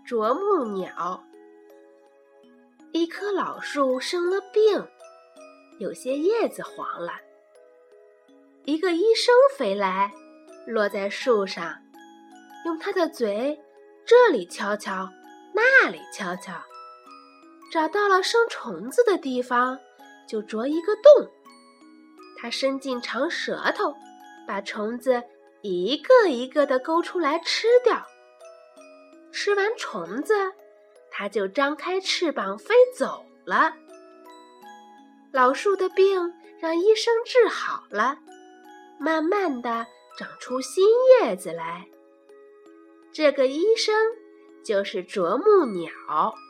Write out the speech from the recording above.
啄木鸟。一棵老树生了病，有些叶子黄了。一个医生飞来，落在树上，用他的嘴这里敲敲，那里敲敲，找到了生虫子的地方，就啄一个洞。他伸进长舌头，把虫子一个一个地勾出来吃掉。吃完虫子，他就张开翅膀飞走了。老树的病让医生治好了，慢慢地长出新叶子来。这个医生就是啄木鸟。